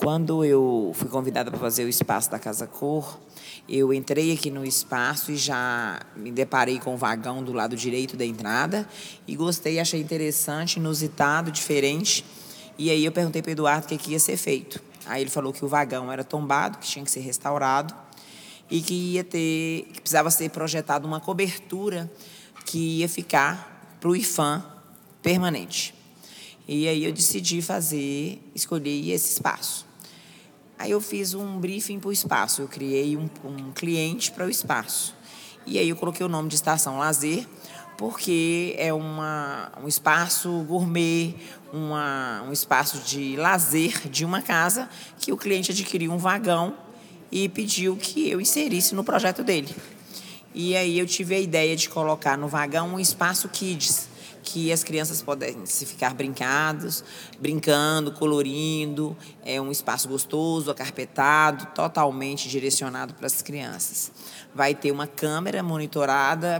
Quando eu fui convidada para fazer o espaço da Casa Cor, eu entrei aqui no espaço e já me deparei com o vagão do lado direito da entrada e gostei, achei interessante, inusitado, diferente. E aí eu perguntei para o Eduardo o que ia ser feito. Aí ele falou que o vagão era tombado, que tinha que ser restaurado e que precisava ser projetada uma cobertura que ia ficar para o IFAM permanente. E aí eu decidi escolher esse espaço. Aí eu fiz um briefing para o espaço, eu criei um cliente para o espaço. E aí eu coloquei o nome de Estação Lazer, porque é um espaço gourmet, um espaço de lazer de uma casa que o cliente adquiriu um vagão e pediu que eu inserisse no projeto dele. E aí eu tive a ideia de colocar no vagão um espaço kids, que as crianças podem se ficar brincando, colorindo. É um espaço gostoso, acarpetado, totalmente direcionado para as crianças. Vai ter uma câmera monitorada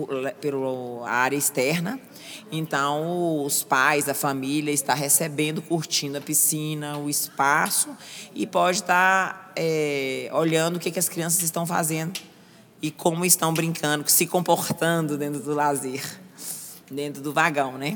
pela área externa. Então, os pais, a família está recebendo, curtindo a piscina, o espaço, e pode estar olhando o que as crianças estão fazendo e como estão brincando, se comportando dentro do lazer, dentro do vagão, né?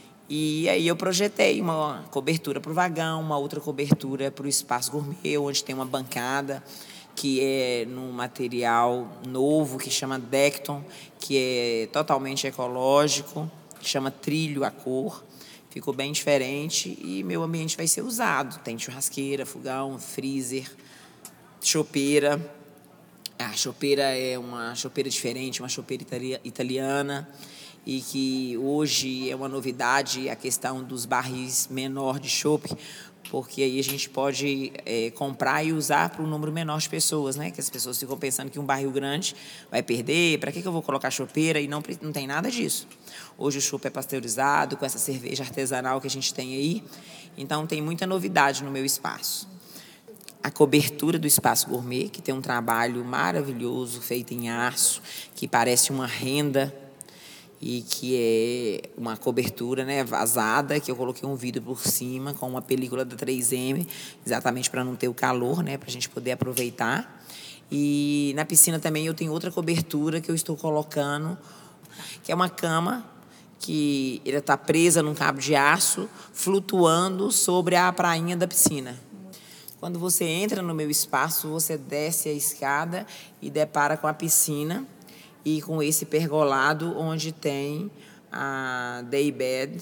E aí eu projetei uma cobertura para o vagão, uma outra cobertura para o espaço gourmet, onde tem uma bancada que é num material novo, que chama Decton, que é totalmente ecológico, que chama Trilho a Cor. Ficou bem diferente e meu ambiente vai ser usado. Tem churrasqueira, fogão, freezer, chopeira. A chopeira é uma chopeira diferente, uma chopeira italiana, e que hoje é uma novidade a questão dos barris menor de chope, porque aí a gente pode comprar e usar para um número menor de pessoas, né? Que as pessoas ficam pensando que um barril grande vai perder, para que eu vou colocar chopeira? E não tem nada disso. Hoje o chopp é pasteurizado, com essa cerveja artesanal que a gente tem aí, então tem muita novidade no meu espaço. A cobertura do espaço gourmet, que tem um trabalho maravilhoso feito em aço, que parece uma renda e que é uma cobertura, né, vazada, que eu coloquei um vidro por cima com uma película da 3M, exatamente para não ter o calor, né, para a gente poder aproveitar. E na piscina também eu tenho outra cobertura que eu estou colocando, que é uma cama que ela está presa num cabo de aço, flutuando sobre a prainha da piscina. Quando você entra no meu espaço, você desce a escada e depara com a piscina e com esse pergolado onde tem a daybed,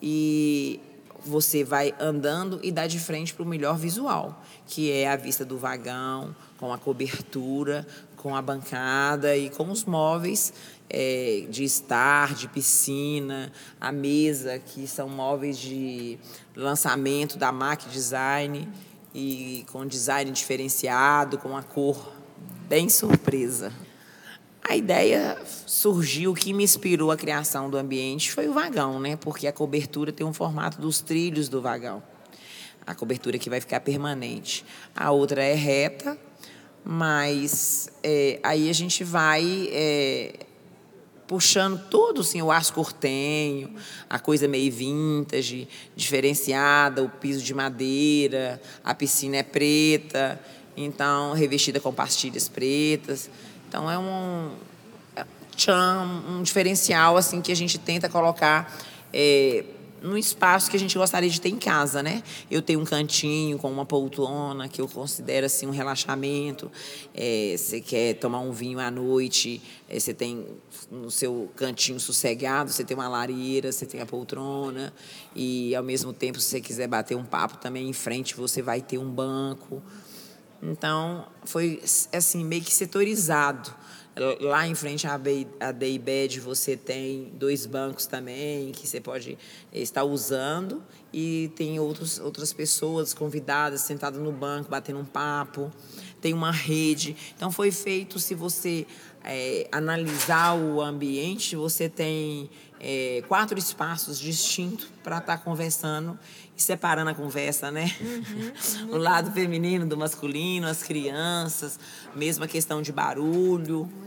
e você vai andando e dá de frente para o melhor visual, que é a vista do vagão, com a cobertura, com a bancada e com os móveis de estar, de piscina, a mesa, que são móveis de lançamento da MAC Design, e com design diferenciado, com a cor bem surpresa. A ideia surgiu, o que me inspirou a criação do ambiente foi o vagão, né? Porque a cobertura tem um formato dos trilhos do vagão. A cobertura que vai ficar permanente. A outra é reta, mas aí a gente vai puxando todo, assim, o aço cortenho, a coisa meio vintage, diferenciada, o piso de madeira, a piscina é preta, então revestida com pastilhas pretas. Então é um diferencial, assim, que a gente tenta colocar num espaço que a gente gostaria de ter em casa, né? Eu tenho um cantinho com uma poltrona que eu considero assim um relaxamento. Você quer tomar um vinho à noite, você tem no seu cantinho sossegado, você tem uma lareira, você tem a poltrona, e ao mesmo tempo, se você quiser bater um papo também em frente, você vai ter um banco. Então, foi assim, meio que setorizado. Lá em frente à daybed você tem 2 bancos também que você pode estar usando, e tem outras pessoas convidadas sentadas no banco batendo um papo. Tem uma rede. Então foi feito, se você analisar o ambiente, você tem 4 espaços distintos para estar conversando e separando a conversa, né? O lado feminino do masculino, as crianças, mesmo a questão de barulho.